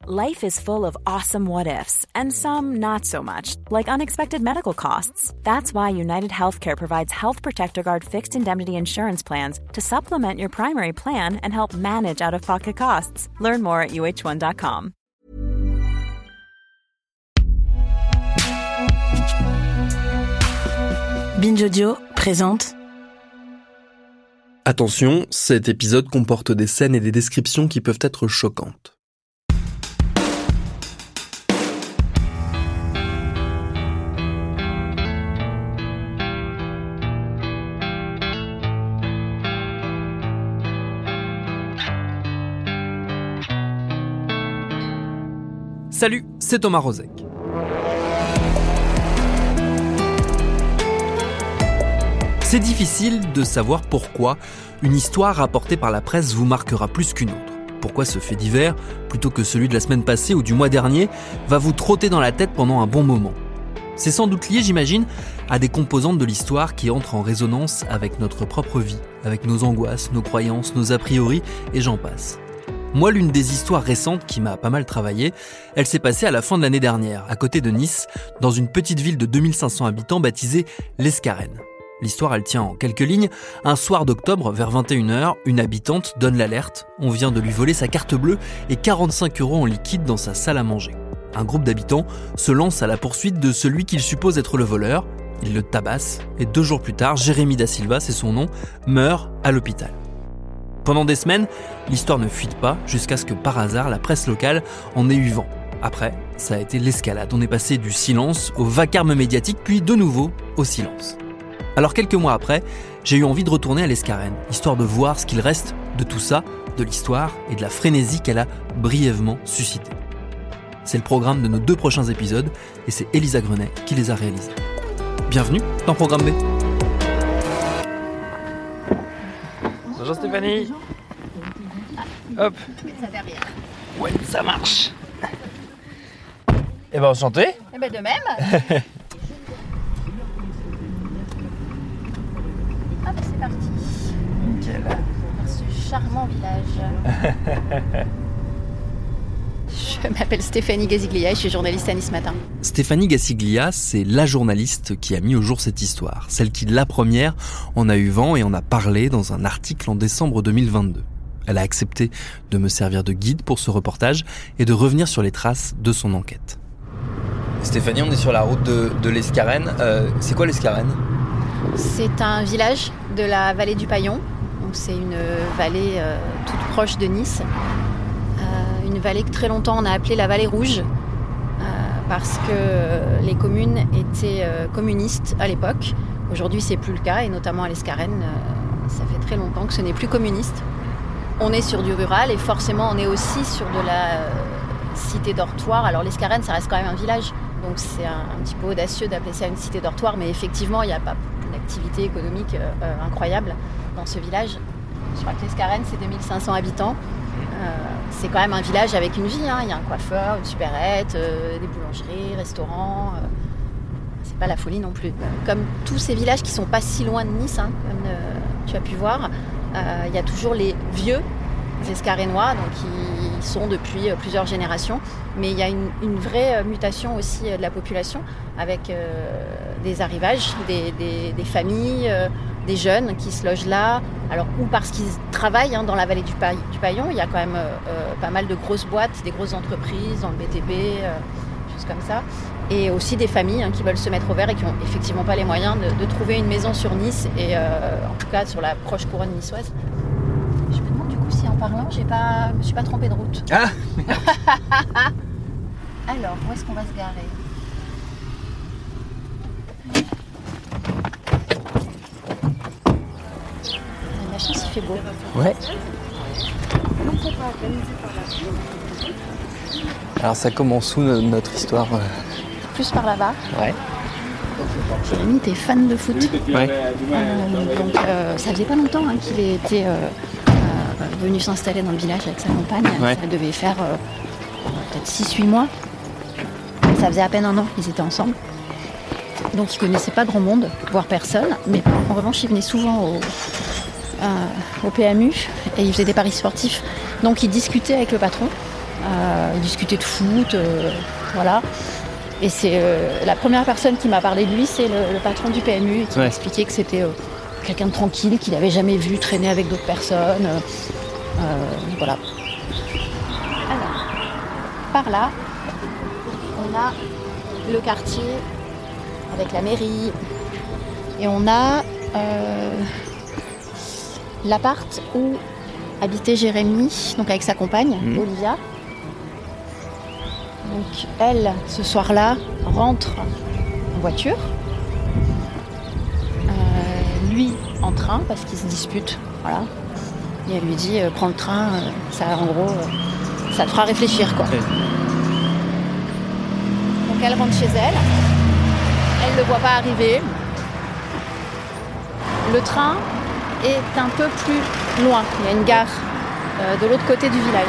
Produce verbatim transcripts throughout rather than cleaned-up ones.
Life is full of awesome what-ifs, and some not so much, like unexpected medical costs. That's why United Healthcare provides Health Protector Guard fixed indemnity insurance plans to supplement your primary plan and help manage out-of-pocket costs. Learn more at U H one dot com. Binge Audio présente. Attention, cet épisode comporte des scènes et des descriptions qui peuvent être choquantes. Salut, c'est Thomas Rozek. C'est difficile de savoir pourquoi une histoire rapportée par la presse vous marquera plus qu'une autre. Pourquoi ce fait divers, plutôt que celui de la semaine passée ou du mois dernier, va vous trotter dans la tête pendant un bon moment. C'est sans doute lié, j'imagine, à des composantes de l'histoire qui entrent en résonance avec notre propre vie, avec nos angoisses, nos croyances, nos a priori, et j'en passe. Moi, l'une des histoires récentes qui m'a pas mal travaillé, elle s'est passée à la fin de l'année dernière, à côté de Nice, dans une petite ville de deux mille cinq cents habitants baptisée l'Escarène. L'histoire, elle tient en quelques lignes. Un soir d'octobre, vers vingt et une heures, une habitante donne l'alerte. On vient de lui voler sa carte bleue et quarante-cinq euros en liquide dans sa salle à manger. Un groupe d'habitants se lance à la poursuite de celui qu'il suppose être le voleur. Il le tabasse et deux jours plus tard, Jérémy Da Silva, c'est son nom, meurt à l'hôpital. Pendant des semaines, l'histoire ne fuite pas, jusqu'à ce que par hasard, la presse locale en ait eu vent. Après, ça a été l'escalade. On est passé du silence au vacarme médiatique, puis de nouveau au silence. Alors quelques mois après, j'ai eu envie de retourner à l'Escarène, histoire de voir ce qu'il reste de tout ça, de l'histoire et de la frénésie qu'elle a brièvement suscitée. C'est le programme de nos deux prochains épisodes, et c'est Elisa Grenet qui les a réalisés. Bienvenue dans Programme B. Bonjour Stéphanie. Hop. Ça derrière. Ouais, ça marche. Eh ben enchanté. Eh ben de même. Hop, c'est parti. Nickel. Dans ce charmant village. Je m'appelle Stéphanie Gazziglia et je suis journaliste à Nice Matin. Stéphanie Gazziglia, c'est la journaliste qui a mis au jour cette histoire. Celle qui, la première, en a eu vent et en a parlé dans un article en décembre deux mille vingt-deux. Elle a accepté de me servir de guide pour ce reportage et de revenir sur les traces de son enquête. Stéphanie, on est sur la route de, de l'Escarène. Euh, c'est quoi l'Escarène ? C'est un village de la vallée du Paillon. Donc c'est une vallée euh, toute proche de Nice. Euh, une vallée que très longtemps on a appelée la vallée rouge. Euh, parce que les communes étaient euh, communistes à l'époque. Aujourd'hui c'est plus le cas et notamment à l'Escarène, euh, ça fait très longtemps que ce n'est plus communiste. On est sur du rural et forcément on est aussi sur de la euh, cité dortoir. Alors l'Escarène ça reste quand même un village, donc c'est un, un petit peu audacieux d'appeler ça une cité dortoir, mais effectivement il n'y a pas une activité économique euh, euh, incroyable dans ce village. Je crois que l'Escarène c'est deux mille cinq cents habitants. Euh, c'est quand même un village avec une vie, hein. Il y a un coiffeur, une supérette, euh, des boulangeries, restaurants. Euh, c'est pas la folie non plus. Comme tous ces villages qui sont pas si loin de Nice, hein, comme euh, tu as pu voir, euh, il y a toujours les vieux escarénois, donc qui sont depuis euh, plusieurs générations. Mais il y a une, une vraie mutation aussi euh, de la population avec euh, des arrivages, des, des, des familles, euh, des jeunes qui se logent là. Alors, ou parce qu'ils travaillent hein, dans la vallée du, pa- du Paillon, il y a quand même euh, euh, pas mal de grosses boîtes, des grosses entreprises dans le B T B, euh, choses comme ça. Et aussi des familles hein, qui veulent se mettre au vert et qui n'ont effectivement pas les moyens de, de trouver une maison sur Nice, et euh, en tout cas sur la proche couronne niçoise. Je me demande du coup si en parlant, j'ai pas, je ne me suis pas trompée de route. Ah. Alors, où est-ce qu'on va se garer ? La chance, il fait beau. Ouais. Alors ça commence où notre histoire ? Plus par là-bas. Ouais. Jérémy, t'es fan de foot. Ouais. Euh, donc euh, ça faisait pas longtemps hein, qu'il était euh, euh, venu s'installer dans le village avec sa compagne. Ouais. Ça devait faire euh, peut-être six huit mois. Ça faisait à peine un an qu'ils étaient ensemble. Donc ils connaissaient pas grand monde, voire personne. Mais en revanche, ils venaient souvent au, euh, au P M U et ils faisaient des paris sportifs. Donc ils discutaient avec le patron. Euh, ils discutaient de foot, euh, voilà. Et c'est euh, la première personne qui m'a parlé de lui, c'est le, le patron du P M U, et qui ouais. m'a expliqué que c'était euh, quelqu'un de tranquille, qu'il n'avait jamais vu traîner avec d'autres personnes. Euh, euh, voilà. Alors, par là, on a le quartier avec la mairie. Et on a euh, l'appart où habitait Jérémy, donc avec sa compagne, mmh. Olivia. Donc elle, ce soir-là, rentre en voiture. Euh, lui, en train, parce qu'ils se disputent. Voilà. Et elle lui dit, euh, prends le train, euh, ça, en gros, euh, ça te fera réfléchir, quoi. Okay. Donc elle rentre chez elle. Elle ne le voit pas arriver. Le train est un peu plus loin. Il y a une gare euh, de l'autre côté du village.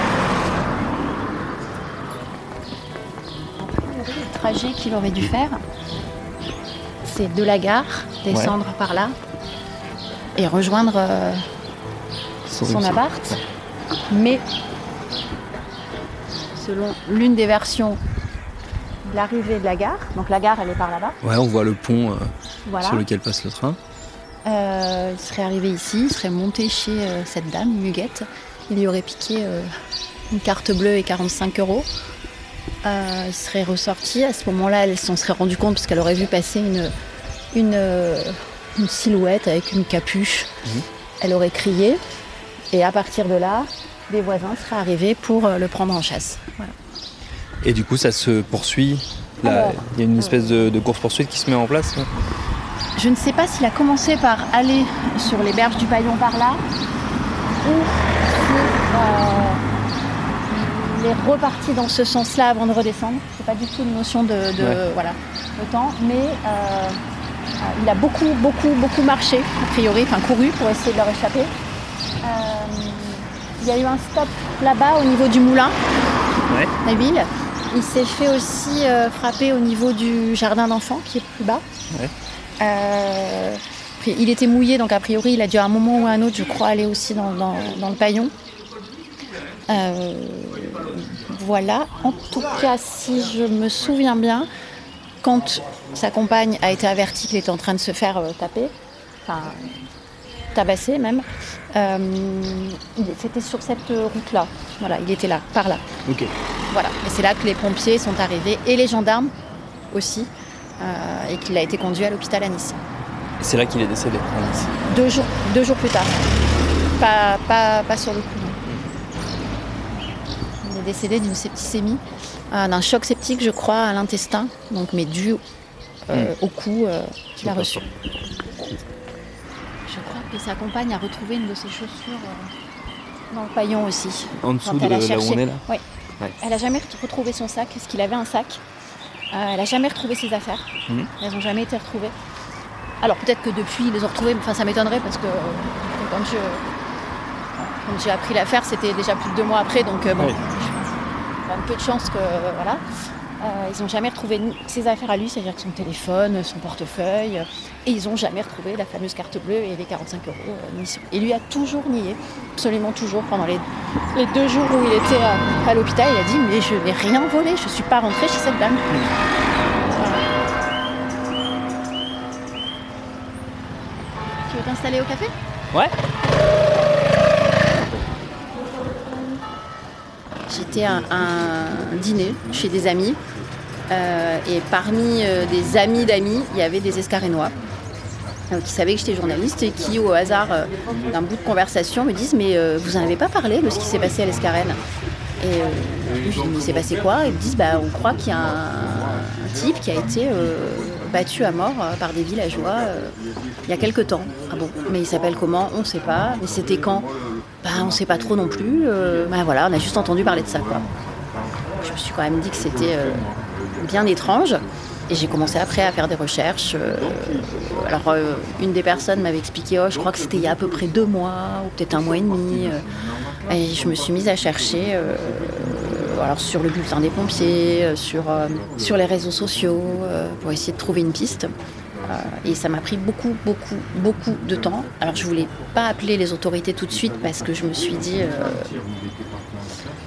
Le trajet qu'il aurait dû faire, c'est de la gare, descendre ouais. par là et rejoindre euh, son, son appart. Mais selon l'une des versions de l'arrivée de la gare, donc la gare elle est par là-bas. Ouais, on voit le pont euh, voilà. sur lequel passe le train. Euh, il serait arrivé ici, il serait monté chez euh, cette dame, Muguette. Il lui aurait piqué euh, une carte bleue et quarante-cinq euros. Euh, il serait ressorti. À ce moment-là, elle s'en serait rendue compte parce qu'elle aurait vu passer une, une, euh, une silhouette avec une capuche. Mmh. Elle aurait crié. Et à partir de là, des voisins seraient arrivés pour euh, le prendre en chasse. Voilà. Et du coup, ça se poursuit. Là, il y a une espèce de, de course-poursuite qui se met en place. Là. Je ne sais pas s'il a commencé par aller sur les berges du Paillon par là, ou si euh, il est reparti dans ce sens-là avant de redescendre. C'est pas du tout une notion de, de, ouais. voilà, de temps, mais euh, il a beaucoup, beaucoup, beaucoup marché, a priori, enfin couru pour essayer de leur échapper. Euh, il y a eu un stop là-bas au niveau du moulin, ouais. la ville. Il s'est fait aussi euh, frapper au niveau du jardin d'enfants qui est plus bas. Ouais. Euh, il était mouillé, donc a priori il a dû à un moment ou à un autre, je crois, aller aussi dans, dans, dans le Paillon. Euh, voilà. En tout cas, si je me souviens bien, quand sa compagne a été avertie qu'il était en train de se faire euh, taper, enfin tabasser même, euh, c'était sur cette route-là. Voilà, il était là, par là. Ok. Voilà. Et c'est là que les pompiers sont arrivés et les gendarmes aussi. Euh, et qu'il a été conduit à l'hôpital à Nice. Et c'est là qu'il est décédé à Nice. Deux jours, deux jours plus tard. Pas, pas, pas sur le coup. Non. Il est décédé d'une septicémie, euh, d'un choc septique, je crois, à l'intestin, donc mais dû euh, mmh. au coup euh, qu'il a reçu. Je crois que sa compagne a retrouvé une de ses chaussures euh, dans le Paillon aussi. En dessous de là où on est là. Oui. Ouais. Elle n'a jamais retrouvé son sac. Est-ce qu'il avait un sac? Euh, elle n'a jamais retrouvé ses affaires. Mmh. Elles n'ont jamais été retrouvées. Alors peut-être que depuis, ils les ont retrouvées, enfin ça m'étonnerait parce que euh, quand, je, quand j'ai appris l'affaire, c'était déjà plus de deux mois après, donc euh, bon, oui. j'ai un peu de chance que euh, voilà. Euh, ils n'ont jamais retrouvé ses affaires à lui, c'est-à-dire que son téléphone, son portefeuille, et ils n'ont jamais retrouvé la fameuse carte bleue et les quarante-cinq euros. Euh, et lui a toujours nié, absolument toujours, pendant les, les deux jours où il était à, à l'hôpital, il a dit « mais je n'ai rien volé, je ne suis pas rentrée chez cette dame mmh. ». Voilà. Tu veux t'installer au café ? Ouais. J'étais à un dîner chez des amis euh, et parmi euh, des amis d'amis, il y avait des Escarénois euh, qui savaient que j'étais journaliste et qui, au hasard euh, d'un bout de conversation, me disent « mais euh, vous n'en avez pas parlé de ce qui s'est passé à l'Escarène ?» Et euh, je dis « il s'est passé quoi ?» Ils me disent bah, « on croit qu'il y a un, un type qui a été euh, battu à mort euh, par des villageois euh, il y a quelque temps. » Ah bon, mais il s'appelle comment ? On ne sait pas. Mais c'était quand ? Bah, on ne sait pas trop non plus. Euh, bah, voilà, on a juste entendu parler de ça, quoi. Je me suis quand même dit que c'était euh, bien étrange. Et j'ai commencé après à faire des recherches. Euh, alors, euh, une des personnes m'avait expliqué, oh, je crois que c'était il y a à peu près deux mois, ou peut-être un mois et demi. Euh, et je me suis mise à chercher euh, alors, sur le bulletin des pompiers, euh, sur, euh, sur les réseaux sociaux, euh, pour essayer de trouver une piste. Euh, et ça m'a pris beaucoup, beaucoup, beaucoup de temps. Alors je voulais pas appeler les autorités tout de suite parce que je me suis dit, euh,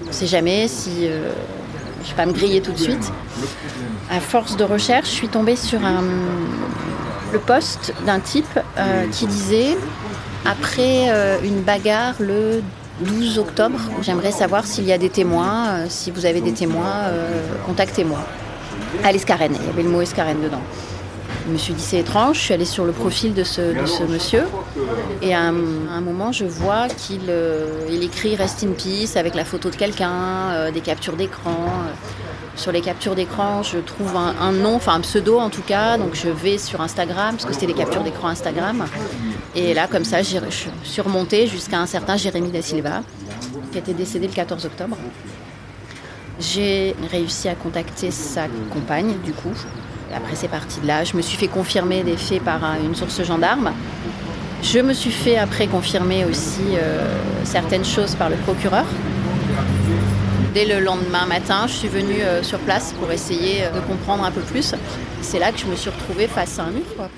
On ne sait jamais si euh, je ne vais pas me griller tout de suite. À force de recherche, je suis tombée sur un, le post d'un type euh, qui disait « Après euh, une bagarre le douze octobre, j'aimerais savoir s'il y a des témoins. Euh, si vous avez des témoins, euh, contactez-moi. » À l'Escarène, il y avait le mot Escarène dedans. Je me suis dit c'est étrange, je suis allée sur le profil de ce, de ce monsieur et à un, à un moment je vois qu'il euh, il écrit « Rest in peace » avec la photo de quelqu'un, euh, des captures d'écran. Sur les captures d'écran, je trouve un, un nom, enfin un pseudo en tout cas, donc je vais sur Instagram, parce que c'était des captures d'écran Instagram. Et là, comme ça, j'ai, je suis remontée jusqu'à un certain Jérémy Da Silva, qui était décédé le quatorze octobre. J'ai réussi à contacter sa compagne, du coup. Et après, c'est parti de là. Je me suis fait confirmer des faits par une source gendarme. Je me suis fait après confirmer aussi euh, certaines choses par le procureur. Dès le lendemain matin, je suis venue euh, sur place pour essayer de comprendre un peu plus. C'est là que je me suis retrouvée face à un mur, quoi.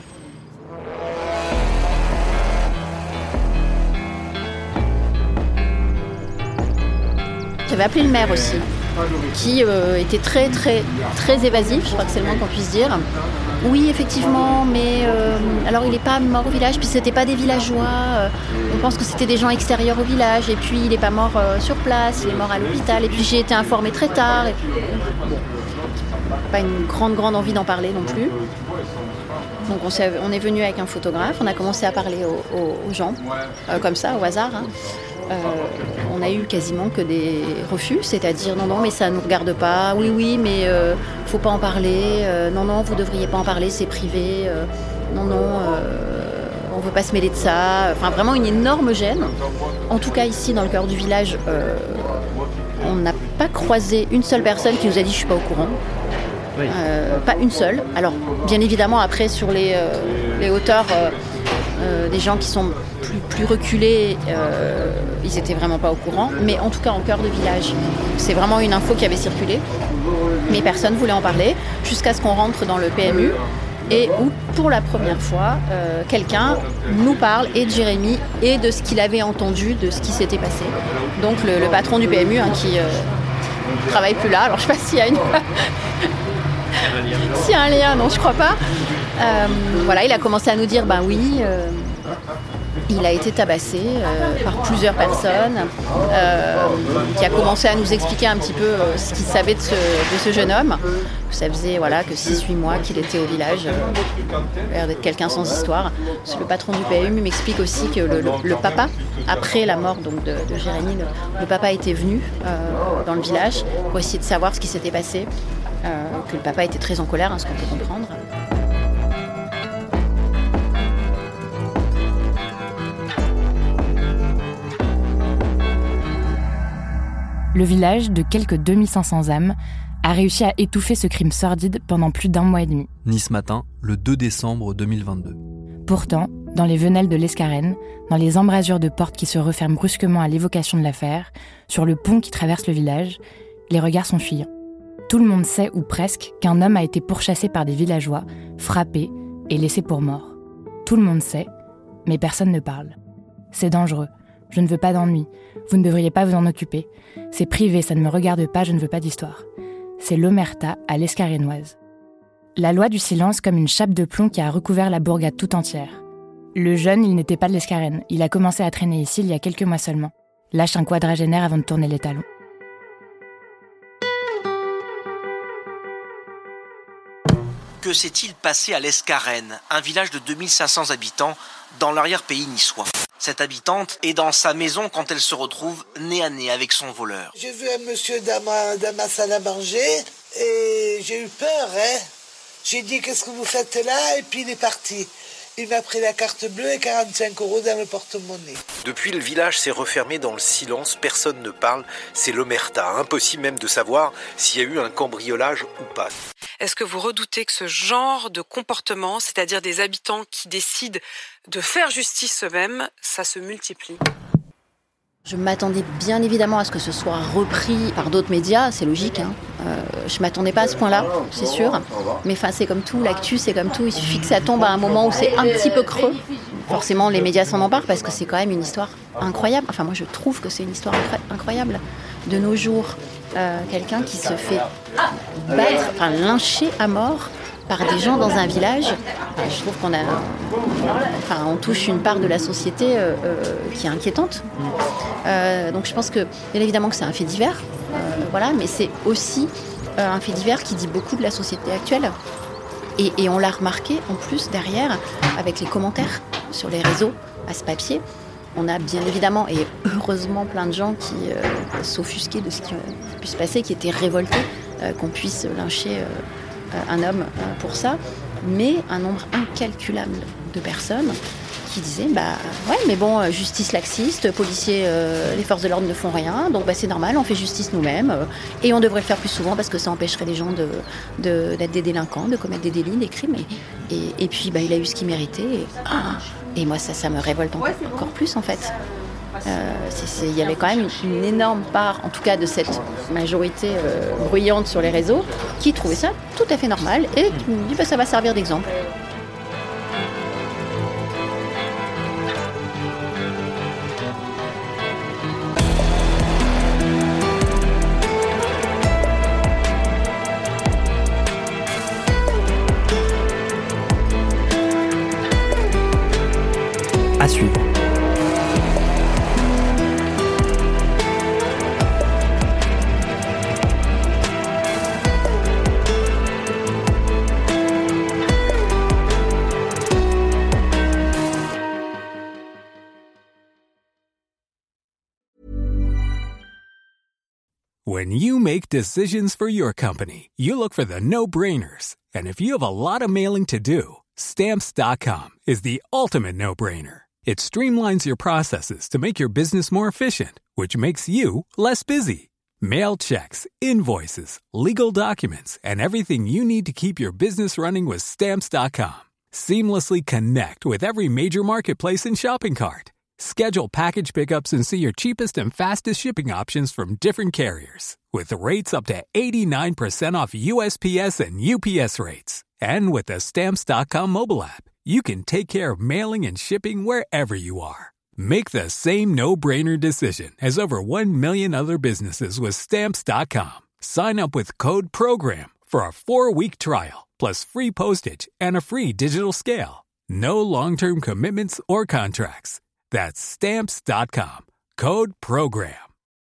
J'avais appelé le maire aussi, qui euh, était très très très évasif, je crois que c'est le moins qu'on puisse dire. Oui, effectivement, mais euh, alors il n'est pas mort au village, puis c'était pas des villageois. Euh, on pense que c'était des gens extérieurs au village, et puis il n'est pas mort euh, sur place, il est mort à l'hôpital, et puis j'ai été informée très tard. Et... Bon, pas une grande grande envie d'en parler non plus. Donc on, s'est, on est venu avec un photographe, on a commencé à parler aux, aux, aux gens, euh, comme ça, au hasard. Hein. Euh, on a eu quasiment que des refus, c'est-à-dire non, non, mais ça ne nous regarde pas, oui, oui, mais euh, faut pas en parler, euh, non, non, vous devriez pas en parler, c'est privé, euh, non, non, euh, on veut pas se mêler de ça, enfin vraiment une énorme gêne. En tout cas ici dans le cœur du village, euh, on n'a pas croisé une seule personne qui nous a dit je suis pas au courant. Oui. Euh, pas une seule. Alors bien évidemment après sur les, euh, les hauteurs, euh, euh, des gens qui sont plus, plus reculés, euh, ils étaient vraiment pas au courant. Mais en tout cas en cœur de village, c'est vraiment une info qui avait circulé. Mais personne voulait en parler jusqu'à ce qu'on rentre dans le P M U et où pour la première fois, euh, quelqu'un nous parle et de Jérémy et de ce qu'il avait entendu, de ce qui s'était passé. Donc le, le patron du P M U hein, qui euh, travaille plus là. Alors je sais pas s'il y a une... S'il y a un lien, non, je crois pas. Euh, voilà, il a commencé à nous dire, ben oui, euh, il a été tabassé euh, par plusieurs personnes, euh, qui a commencé à nous expliquer un petit peu euh, ce qu'il savait de ce, de ce jeune homme. Ça faisait voilà, que six huit mois qu'il était au village, euh, il a l'air d'être quelqu'un sans histoire. Le patron du P M U m'explique aussi que le, le, le papa, après la mort donc, de, de Jérémy, le, le papa était venu euh, dans le village pour essayer de savoir ce qui s'était passé. Euh, que le papa était très en colère, hein, ce qu'on peut comprendre. Le village, de quelques deux mille cinq cents âmes, a réussi à étouffer ce crime sordide pendant plus d'un mois et demi. Nice Matin, le deux décembre deux mille vingt-deux. Pourtant, dans les venelles de l'Escarène, dans les embrasures de portes qui se referment brusquement à l'évocation de l'affaire, sur le pont qui traverse le village, les regards sont fuyants. Tout le monde sait, ou presque, qu'un homme a été pourchassé par des villageois, frappé et laissé pour mort. Tout le monde sait, mais personne ne parle. C'est dangereux. Je ne veux pas d'ennui. Vous ne devriez pas vous en occuper. C'est privé, ça ne me regarde pas, je ne veux pas d'histoire. C'est l'omerta à l'Escarénoise. La loi du silence comme une chape de plomb qui a recouvert la bourgade tout entière. Le jeune, il n'était pas de l'Escarène. Il a commencé à traîner ici il y a quelques mois seulement. Lâche un quadragénaire avant de tourner les talons. Que s'est-il passé à l'Escarène, un village de deux mille cinq cents habitants dans l'arrière-pays niçois? Cette habitante est dans sa maison quand elle se retrouve nez à nez avec son voleur. J'ai vu un monsieur dans ma, dans ma salle à manger et j'ai eu peur. Hein. J'ai dit qu'est-ce que vous faites là et puis il est parti. Il m'a pris la carte bleue et quarante-cinq euros dans le porte-monnaie. Depuis, le village s'est refermé dans le silence, personne ne parle, c'est l'omerta. Impossible même de savoir s'il y a eu un cambriolage ou pas. Est-ce que vous redoutez que ce genre de comportement, c'est-à-dire des habitants qui décident de faire justice eux-mêmes, ça se multiplie ? Je m'attendais bien évidemment à ce que ce soit repris par d'autres médias, c'est logique. Hein. Euh, je ne m'attendais pas à ce point-là, c'est sûr. Mais enfin, c'est comme tout, l'actu, c'est comme tout. Il suffit que ça tombe à un moment où c'est un petit peu creux. Forcément, les médias s'en emparent parce que c'est quand même une histoire incroyable. Enfin, moi, je trouve que c'est une histoire incroyable. de nos jours euh, quelqu'un qui se fait battre, enfin lyncher à mort par des gens dans un village, je trouve qu'on a, enfin, on touche une part de la société euh, euh, qui est inquiétante. Euh, donc je pense que, bien évidemment, que c'est un fait divers, euh, voilà, mais c'est aussi euh, un fait divers qui dit beaucoup de la société actuelle. Et, et on l'a remarqué en plus derrière avec les commentaires sur les réseaux à ce papier. On a bien évidemment et heureusement plein de gens qui euh, s'offusquaient de ce qui a pu se passer, qui étaient révoltés euh, qu'on puisse lyncher euh, un homme pour ça, mais un nombre incalculable de personnes qui disaient bah ouais mais bon, justice laxiste, policiers, euh, les forces de l'ordre ne font rien, donc bah c'est normal, on fait justice nous-mêmes euh, et on devrait le faire plus souvent parce que ça empêcherait les gens de, de, d'être des délinquants, de commettre des délits, des crimes et, et, et puis bah il a eu ce qu'il méritait et, ah, et moi ça, ça me révolte encore, encore plus en fait. Euh, c'est, c'est, il y avait quand même une, une énorme part, en tout cas de cette majorité euh, bruyante sur les réseaux, qui trouvait ça tout à fait normal et qui me dit bah, ça va servir d'exemple. À suivre. When you make decisions for your company, you look for the no-brainers. And if you have a lot of mailing to do, Stamps dot com is the ultimate no-brainer. It streamlines your processes to make your business more efficient, which makes you less busy. Mail checks, invoices, legal documents, and everything you need to keep your business running with Stamps dot com. Seamlessly connect with every major marketplace and shopping cart. Schedule package pickups and see your cheapest and fastest shipping options from different carriers. With rates up to eighty-nine percent off U S P S and U P S rates. And with the Stamps dot com mobile app, you can take care of mailing and shipping wherever you are. Make the same no-brainer decision as over one million other businesses with Stamps dot com. Sign up with code PROGRAM for a four-week trial, plus free postage and a free digital scale. No long-term commitments or contracts. That's Stamps dot com. Code PROGRAM.